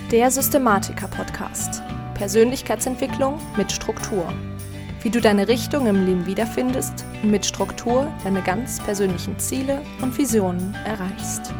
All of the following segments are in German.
Der Systematiker-Podcast. Persönlichkeitsentwicklung mit Struktur. Wie du deine Richtung im Leben wiederfindest und mit Struktur deine ganz persönlichen Ziele und Visionen erreichst.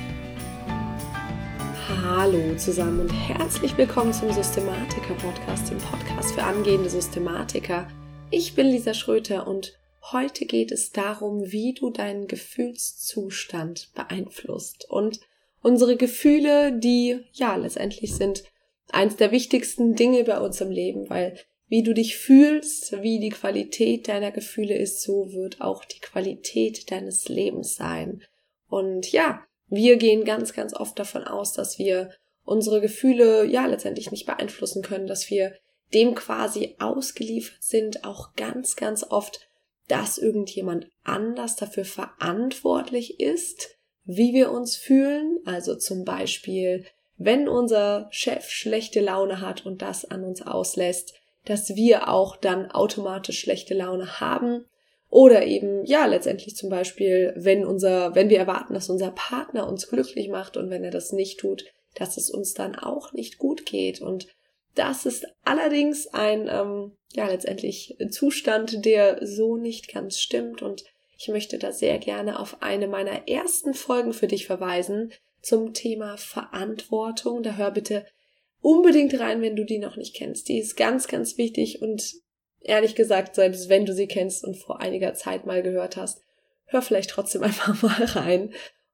Hallo zusammen und herzlich willkommen zum Systematiker-Podcast, dem Podcast für angehende Systematiker. Ich bin Lisa Schröter und heute geht es darum, wie du deinen Gefühlszustand beeinflusst. Und unsere Gefühle, die letztendlich sind eins der wichtigsten Dinge bei uns im Leben, weil wie du dich fühlst, wie die Qualität deiner Gefühle ist, so wird auch die Qualität deines Lebens sein. Und wir gehen ganz, ganz oft davon aus, dass wir unsere Gefühle letztendlich nicht beeinflussen können, dass wir dem quasi ausgeliefert sind, auch ganz, ganz oft, dass irgendjemand anders dafür verantwortlich ist, wie wir uns fühlen. Also zum Beispiel, wenn unser Chef schlechte Laune hat und das an uns auslässt, dass wir auch dann automatisch schlechte Laune haben. Oder eben, letztendlich zum Beispiel, wenn wir erwarten, dass unser Partner uns glücklich macht und wenn er das nicht tut, dass es uns dann auch nicht gut geht. Und das ist allerdings ein, letztendlich Zustand, der so nicht ganz stimmt. Und ich möchte da sehr gerne auf eine meiner ersten Folgen für dich verweisen zum Thema Verantwortung. Da hör bitte unbedingt rein, wenn du die noch nicht kennst. Die ist ganz, ganz wichtig und ehrlich gesagt, selbst wenn du sie kennst und vor einiger Zeit mal gehört hast, hör vielleicht trotzdem einfach mal rein.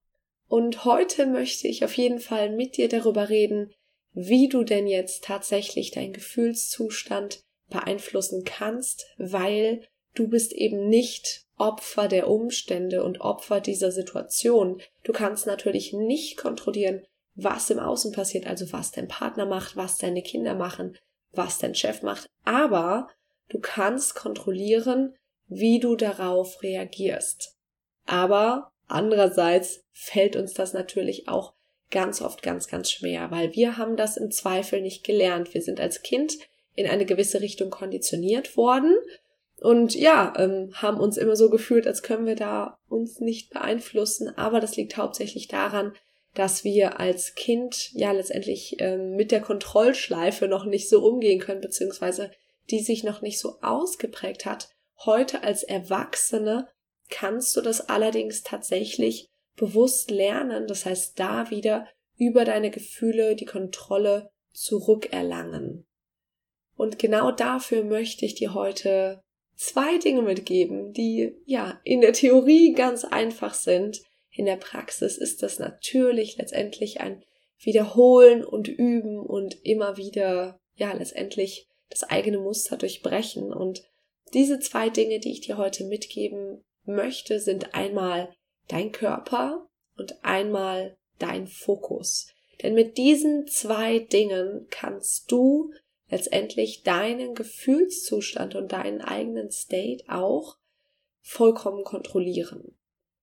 Und heute möchte ich auf jeden Fall mit dir darüber reden, wie du denn jetzt tatsächlich deinen Gefühlszustand beeinflussen kannst, weil du bist eben nicht Opfer der Umstände und Opfer dieser Situation. Du kannst natürlich nicht kontrollieren, was im Außen passiert, also was dein Partner macht, was deine Kinder machen, was dein Chef macht, aber du kannst kontrollieren, wie du darauf reagierst. Aber andererseits fällt uns das natürlich auch ganz oft ganz, ganz schwer, weil wir haben das im Zweifel nicht gelernt. Wir sind als Kind in eine gewisse Richtung konditioniert worden und haben uns immer so gefühlt, als können wir da uns nicht beeinflussen, aber das liegt hauptsächlich daran, dass wir als Kind letztendlich mit der Kontrollschleife noch nicht so umgehen können, beziehungsweise die sich noch nicht so ausgeprägt hat. Heute als Erwachsene kannst du das allerdings tatsächlich bewusst lernen, das heißt da wieder über deine Gefühle die Kontrolle zurückerlangen. Und genau dafür möchte ich dir heute 2 Dinge mitgeben, die in der Theorie ganz einfach sind. In der Praxis ist das natürlich letztendlich ein Wiederholen und Üben und immer wieder letztendlich das eigene Muster durchbrechen. Und diese 2 Dinge, die ich dir heute mitgeben möchte, sind einmal dein Körper und einmal dein Fokus. Denn mit diesen 2 Dingen kannst du letztendlich deinen Gefühlszustand und deinen eigenen State auch vollkommen kontrollieren.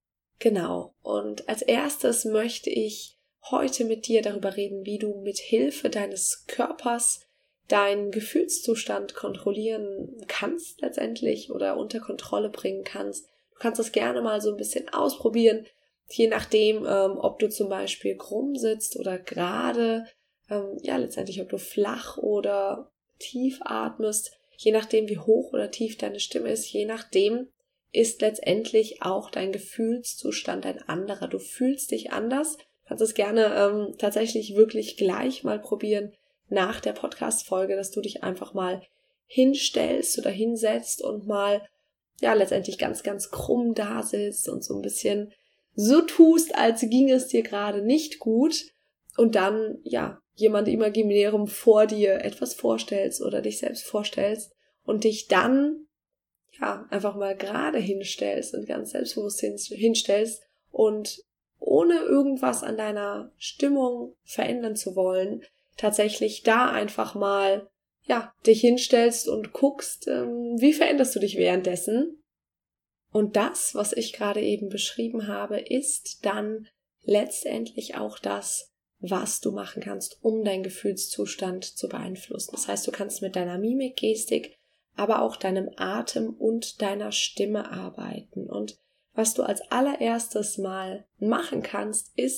Genau. Und als erstes möchte ich heute mit dir darüber reden, wie du mit Hilfe deines Körpers deinen Gefühlszustand kontrollieren kannst letztendlich oder unter Kontrolle bringen kannst. Du kannst das gerne mal so ein bisschen ausprobieren, je nachdem, ob du zum Beispiel krumm sitzt oder gerade, letztendlich ob du flach oder tief atmest, je nachdem wie hoch oder tief deine Stimme ist, je nachdem ist letztendlich auch dein Gefühlszustand ein anderer. Du fühlst dich anders, du kannst es gerne tatsächlich wirklich gleich mal probieren nach der Podcast-Folge, dass du dich einfach mal hinstellst oder hinsetzt und mal letztendlich ganz, ganz krumm da sitzt und so ein bisschen so tust, als ging es dir gerade nicht gut und dann jemand Imaginärem vor dir etwas vorstellst oder dich selbst vorstellst und dich dann einfach mal gerade hinstellst und ganz selbstbewusst hinstellst und ohne irgendwas an deiner Stimmung verändern zu wollen, tatsächlich da einfach mal dich hinstellst und guckst, wie veränderst du dich währenddessen. Und das, was ich gerade eben beschrieben habe, ist dann letztendlich auch das, was du machen kannst, um deinen Gefühlszustand zu beeinflussen. Das heißt, du kannst mit deiner Mimik, Gestik, aber auch deinem Atem und deiner Stimme arbeiten. Und was du als allererstes mal machen kannst, ist,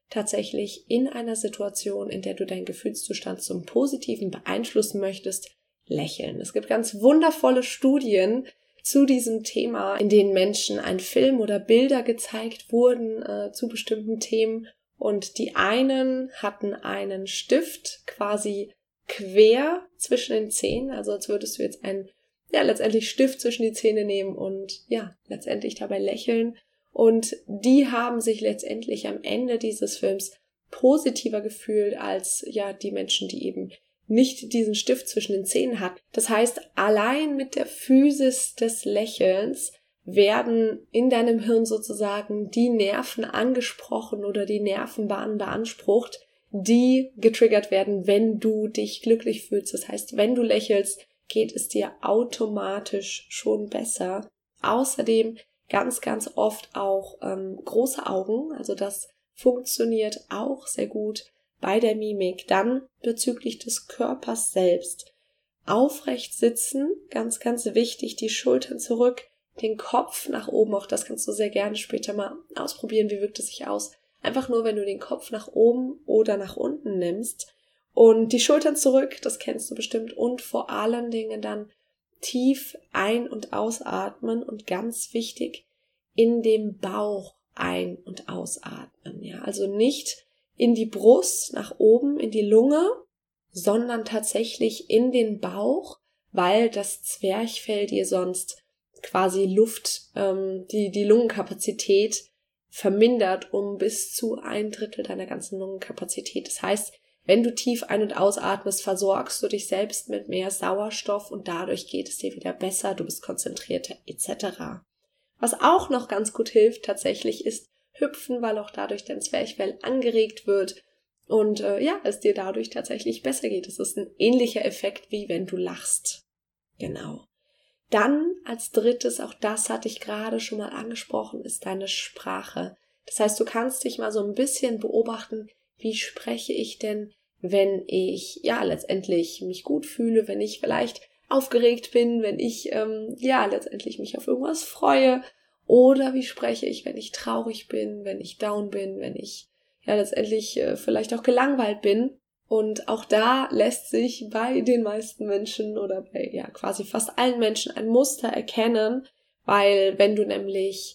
tatsächlich in einer Situation, in der du deinen Gefühlszustand zum Positiven beeinflussen möchtest, lächeln. Es gibt ganz wundervolle Studien zu diesem Thema, in denen Menschen ein Film oder Bilder gezeigt wurden zu bestimmten Themen, und die einen hatten einen Stift quasi quer zwischen den Zähnen, also als würdest du jetzt einen letztendlich Stift zwischen die Zähne nehmen und letztendlich dabei lächeln. Und die haben sich letztendlich am Ende dieses Films positiver gefühlt als die Menschen, die eben nicht diesen Stift zwischen den Zähnen hatten. Das heißt, allein mit der Physis des Lächelns werden in deinem Hirn sozusagen die Nerven angesprochen oder die Nervenbahnen beansprucht, die getriggert werden, wenn du dich glücklich fühlst. Das heißt, wenn du lächelst, geht es dir automatisch schon besser. Außerdem ganz, ganz oft auch große Augen, also das funktioniert auch sehr gut bei der Mimik. Dann bezüglich des Körpers selbst. Aufrecht sitzen, ganz, ganz wichtig, die Schultern zurück, den Kopf nach oben, auch das kannst du sehr gerne später mal ausprobieren, wie wirkt es sich aus. Einfach nur, wenn du den Kopf nach oben oder nach unten nimmst und die Schultern zurück, das kennst du bestimmt, und vor allen Dingen dann tief ein- und ausatmen und ganz wichtig, in dem Bauch ein- und ausatmen. Ja, also nicht in die Brust, nach oben, in die Lunge, sondern tatsächlich in den Bauch, weil das Zwerchfell dir sonst quasi Luft, die Lungenkapazität vermindert um bis zu 1/3 deiner ganzen Lungenkapazität. Das heißt, wenn du tief ein- und ausatmest, versorgst du dich selbst mit mehr Sauerstoff und dadurch geht es dir wieder besser, du bist konzentrierter etc. Was auch noch ganz gut hilft tatsächlich ist Hüpfen, weil auch dadurch dein Zwerchfell angeregt wird und es dir dadurch tatsächlich besser geht. Es ist ein ähnlicher Effekt, wie wenn du lachst. Genau. Dann als drittes, auch das hatte ich gerade schon mal angesprochen, ist deine Sprache. Das heißt, du kannst dich mal so ein bisschen beobachten, wie spreche ich denn, wenn ich letztendlich mich gut fühle, wenn ich vielleicht aufgeregt bin, wenn ich letztendlich mich auf irgendwas freue, oder wie spreche ich, wenn ich traurig bin, wenn ich down bin, wenn ich letztendlich vielleicht auch gelangweilt bin. Und auch da lässt sich bei den meisten Menschen oder bei quasi fast allen Menschen ein Muster erkennen, weil wenn du nämlich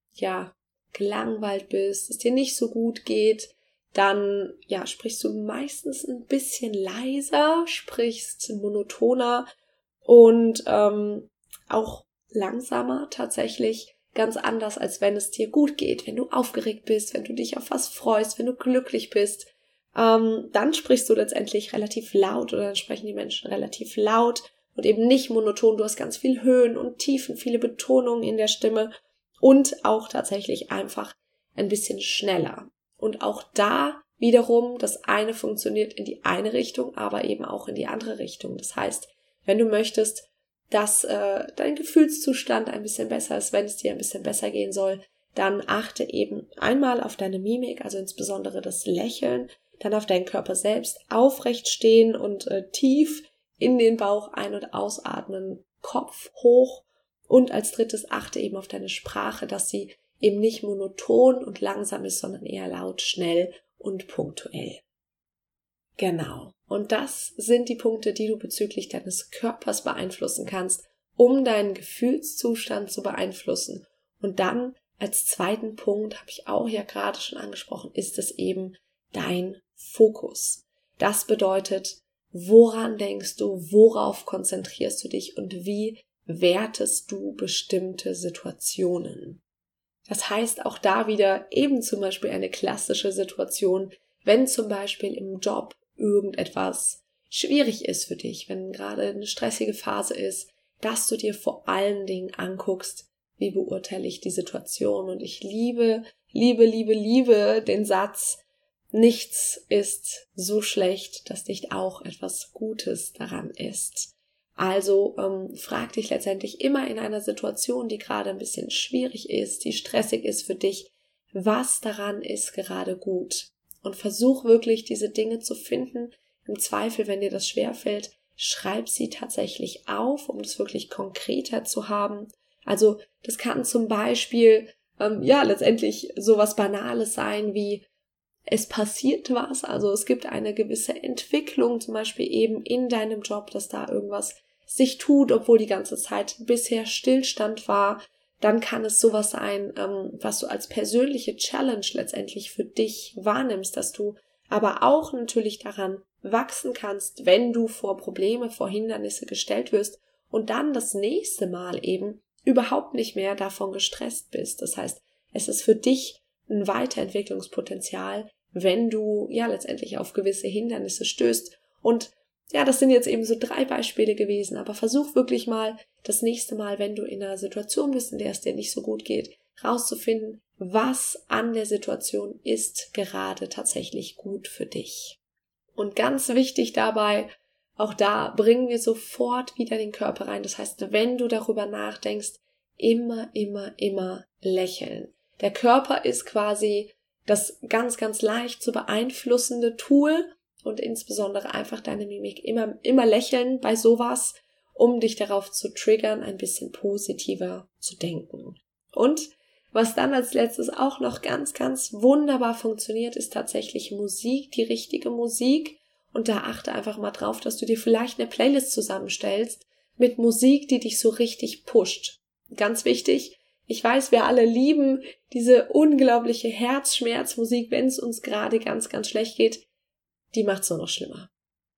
gelangweilt bist, es dir nicht so gut geht, dann sprichst du meistens ein bisschen leiser, sprichst monotoner und auch langsamer tatsächlich, ganz anders, als wenn es dir gut geht, wenn du aufgeregt bist, wenn du dich auf was freust, wenn du glücklich bist. Dann sprichst du letztendlich relativ laut oder dann sprechen die Menschen relativ laut und eben nicht monoton. Du hast ganz viel Höhen und Tiefen, viele Betonungen in der Stimme und auch tatsächlich einfach ein bisschen schneller. Und auch da wiederum, das eine funktioniert in die eine Richtung, aber eben auch in die andere Richtung. Das heißt, wenn du möchtest, dass dein Gefühlszustand ein bisschen besser ist, wenn es dir ein bisschen besser gehen soll, dann achte eben einmal auf deine Mimik, also insbesondere das Lächeln, dann auf deinen Körper selbst, aufrecht stehen und tief in den Bauch ein- und ausatmen, Kopf hoch, und als drittes achte eben auf deine Sprache, dass sie eben nicht monoton und langsam ist, sondern eher laut, schnell und punktuell. Genau. Und das sind die Punkte, die du bezüglich deines Körpers beeinflussen kannst, um deinen Gefühlszustand zu beeinflussen. Und dann als zweiten Punkt, habe ich auch gerade schon angesprochen, ist es eben dein Fokus. Das bedeutet, woran denkst du, worauf konzentrierst du dich und wie wertest du bestimmte Situationen? Das heißt auch da wieder eben zum Beispiel eine klassische Situation, wenn zum Beispiel im Job irgendetwas schwierig ist für dich, wenn gerade eine stressige Phase ist, dass du dir vor allen Dingen anguckst, wie beurteile ich die Situation. Und ich liebe den Satz, nichts ist so schlecht, dass nicht auch etwas Gutes daran ist. Also frag dich letztendlich immer in einer Situation, die gerade ein bisschen schwierig ist, die stressig ist für dich, was daran ist gerade gut. Und versuch wirklich, diese Dinge zu finden. Im Zweifel, wenn dir das schwerfällt, schreib sie tatsächlich auf, um das wirklich konkreter zu haben. Also das kann zum Beispiel letztendlich sowas Banales sein wie: es passiert was, also es gibt eine gewisse Entwicklung, zum Beispiel eben in deinem Job, dass da irgendwas sich tut, obwohl die ganze Zeit bisher Stillstand war, dann kann es sowas sein, was du als persönliche Challenge letztendlich für dich wahrnimmst, dass du aber auch natürlich daran wachsen kannst, wenn du vor Probleme, vor Hindernisse gestellt wirst und dann das nächste Mal eben überhaupt nicht mehr davon gestresst bist. Das heißt, es ist für dich ein Weiterentwicklungspotenzial, wenn du ja letztendlich auf gewisse Hindernisse stößt. Und ja, das sind jetzt eben so 3 Beispiele gewesen, aber versuch wirklich mal das nächste Mal, wenn du in einer Situation bist, in der es dir nicht so gut geht, rauszufinden, was an der Situation ist gerade tatsächlich gut für dich. Und ganz wichtig dabei, auch da bringen wir sofort wieder den Körper rein. Das heißt, wenn du darüber nachdenkst, immer lächeln. Der Körper ist quasi das ganz, ganz leicht zu beeinflussende Tool und insbesondere einfach deine Mimik. Immer lächeln bei sowas, um dich darauf zu triggern, ein bisschen positiver zu denken. Und was dann als letztes auch noch ganz, ganz wunderbar funktioniert, ist tatsächlich Musik, die richtige Musik. Und da achte einfach mal drauf, dass du dir vielleicht eine Playlist zusammenstellst mit Musik, die dich so richtig pusht. Ganz wichtig, ich weiß, wir alle lieben diese unglaubliche Herzschmerzmusik, wenn es uns gerade ganz, ganz schlecht geht. Die macht's nur noch schlimmer.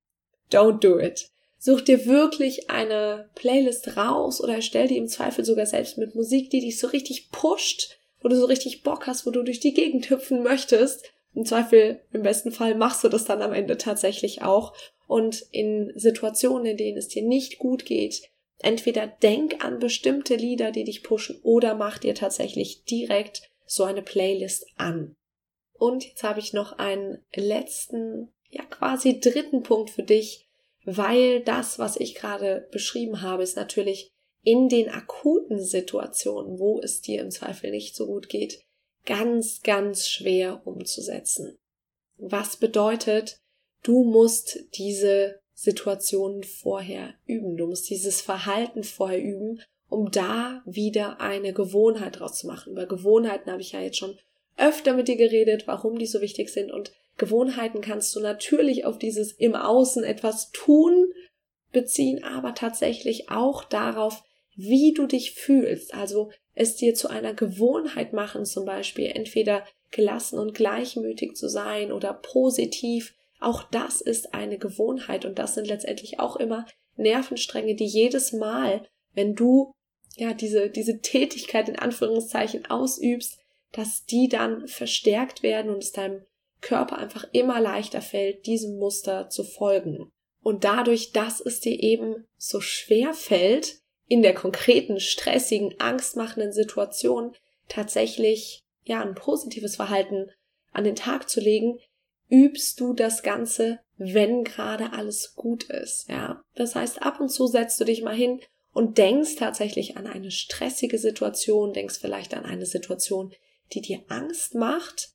Don't do it. Such dir wirklich eine Playlist raus oder erstell die im Zweifel sogar selbst mit Musik, die dich so richtig pusht, wo du so richtig Bock hast, wo du durch die Gegend hüpfen möchtest. Im Zweifel, im besten Fall, machst du das dann am Ende tatsächlich auch. Und in Situationen, in denen es dir nicht gut geht, entweder denk an bestimmte Lieder, die dich pushen, oder mach dir tatsächlich direkt so eine Playlist an. Und jetzt habe ich noch einen letzten, ja quasi 3. Punkt für dich, weil das, was ich gerade beschrieben habe, ist natürlich in den akuten Situationen, wo es dir im Zweifel nicht so gut geht, ganz, ganz schwer umzusetzen. Was bedeutet, du musst diese Situationen vorher üben. Du musst dieses Verhalten vorher üben, um da wieder eine Gewohnheit draus zu machen. Über Gewohnheiten habe ich ja jetzt schon öfter mit dir geredet, warum die so wichtig sind. Und Gewohnheiten kannst du natürlich auf dieses im Außen etwas tun beziehen, aber tatsächlich auch darauf, wie du dich fühlst. Also es dir zu einer Gewohnheit machen, zum Beispiel entweder gelassen und gleichmütig zu sein oder positiv. Auch das ist eine Gewohnheit und das sind letztendlich auch immer Nervenstränge, die jedes Mal, wenn du ja diese Tätigkeit in Anführungszeichen ausübst, dass die dann verstärkt werden und es deinem Körper einfach immer leichter fällt, diesem Muster zu folgen. Und dadurch, dass es dir eben so schwer fällt, in der konkreten, stressigen, angstmachenden Situation tatsächlich ja ein positives Verhalten an den Tag zu legen, übst du das Ganze, wenn gerade alles gut ist, ja. Das heißt, ab und zu setzt du dich mal hin und denkst tatsächlich an eine stressige Situation, denkst vielleicht an eine Situation, die dir Angst macht,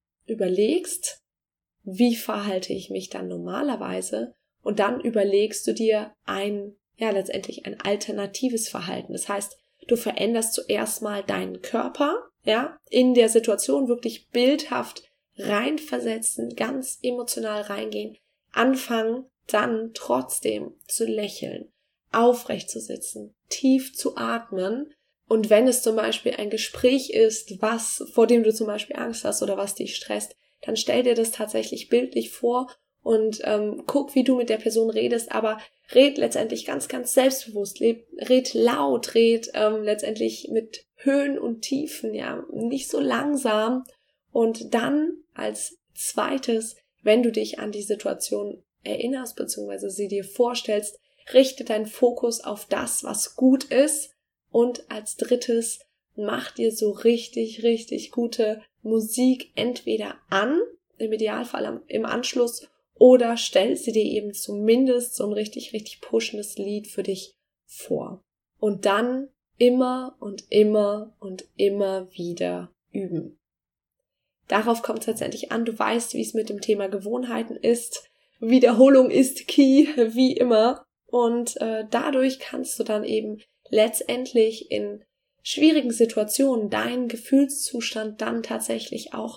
überlegst, wie verhalte ich mich dann normalerweise und dann überlegst du dir letztendlich ein alternatives Verhalten. Das heißt, du veränderst zuerst mal deinen Körper, ja, in der Situation wirklich bildhaft reinversetzen, ganz emotional reingehen, anfangen, dann trotzdem zu lächeln, aufrecht zu sitzen, tief zu atmen. Und wenn es zum Beispiel ein Gespräch ist, vor dem du zum Beispiel Angst hast oder was dich stresst, dann stell dir das tatsächlich bildlich vor und guck, wie du mit der Person redest, aber red letztendlich ganz, ganz selbstbewusst, red laut, red letztendlich mit Höhen und Tiefen, ja, nicht so langsam. Und dann als zweites, wenn du dich an die Situation erinnerst bzw. sie dir vorstellst, richte deinen Fokus auf das, was gut ist. Und als drittes, mach dir so richtig, richtig gute Musik entweder an, im Idealfall im Anschluss, oder stell sie dir eben zumindest so ein richtig, richtig pushendes Lied für dich vor. Und dann immer und immer und immer wieder üben. Darauf kommt es letztendlich an, du weißt, wie es mit dem Thema Gewohnheiten ist. Wiederholung ist key, wie immer. Und dadurch kannst du dann eben letztendlich in schwierigen Situationen deinen Gefühlszustand dann tatsächlich auch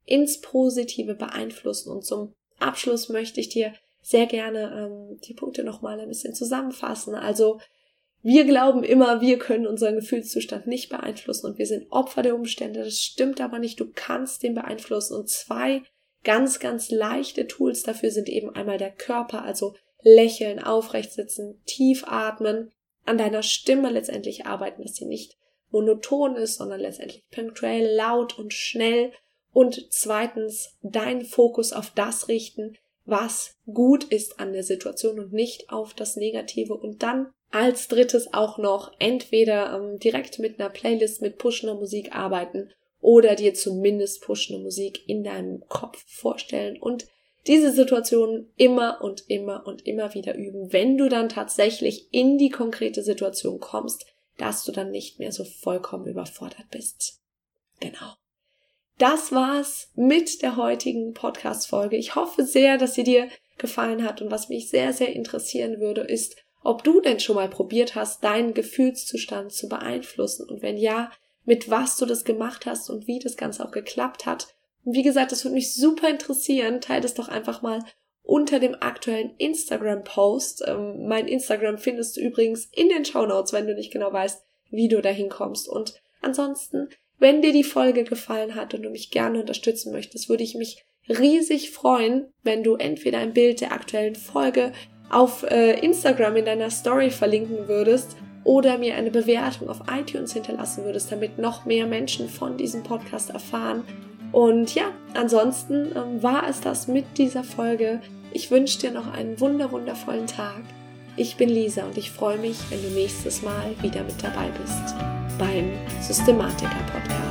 ins Positive beeinflussen. Und zum Abschluss möchte ich dir sehr gerne die Punkte nochmal ein bisschen zusammenfassen. Also wir glauben immer, wir können unseren Gefühlszustand nicht beeinflussen und wir sind Opfer der Umstände. Das stimmt aber nicht. Du kannst den beeinflussen. Und 2 ganz, ganz leichte Tools dafür sind eben einmal der Körper, also lächeln, aufrecht sitzen, tief atmen, an deiner Stimme letztendlich arbeiten, dass sie nicht monoton ist, sondern letztendlich punktuell, laut und schnell. Und 2, deinen Fokus auf das richten, was gut ist an der Situation und nicht auf das Negative. Und dann als 3. auch noch entweder direkt mit einer Playlist mit pushender Musik arbeiten oder dir zumindest pushende Musik in deinem Kopf vorstellen und diese Situation immer und immer und immer wieder üben, wenn du dann tatsächlich in die konkrete Situation kommst, dass du dann nicht mehr so vollkommen überfordert bist. Genau. Das war's mit der heutigen Podcast-Folge. Ich hoffe sehr, dass sie dir gefallen hat und was mich sehr, sehr interessieren würde, ist, ob du denn schon mal probiert hast, deinen Gefühlszustand zu beeinflussen und wenn ja, mit was du das gemacht hast und wie das Ganze auch geklappt hat. Und wie gesagt, das würde mich super interessieren. Teile das doch einfach mal unter dem aktuellen Instagram-Post. Mein Instagram findest du übrigens in den Shownotes, wenn du nicht genau weißt, wie du da hinkommst. Und ansonsten, wenn dir die Folge gefallen hat und du mich gerne unterstützen möchtest, würde ich mich riesig freuen, wenn du entweder ein Bild der aktuellen Folge auf Instagram in deiner Story verlinken würdest oder mir eine Bewertung auf iTunes hinterlassen würdest, damit noch mehr Menschen von diesem Podcast erfahren. Und ja, ansonsten war es das mit dieser Folge. Ich wünsche dir noch einen wundervollen Tag. Ich bin Lisa und ich freue mich, wenn du nächstes Mal wieder mit dabei bist beim Systematiker Podcast.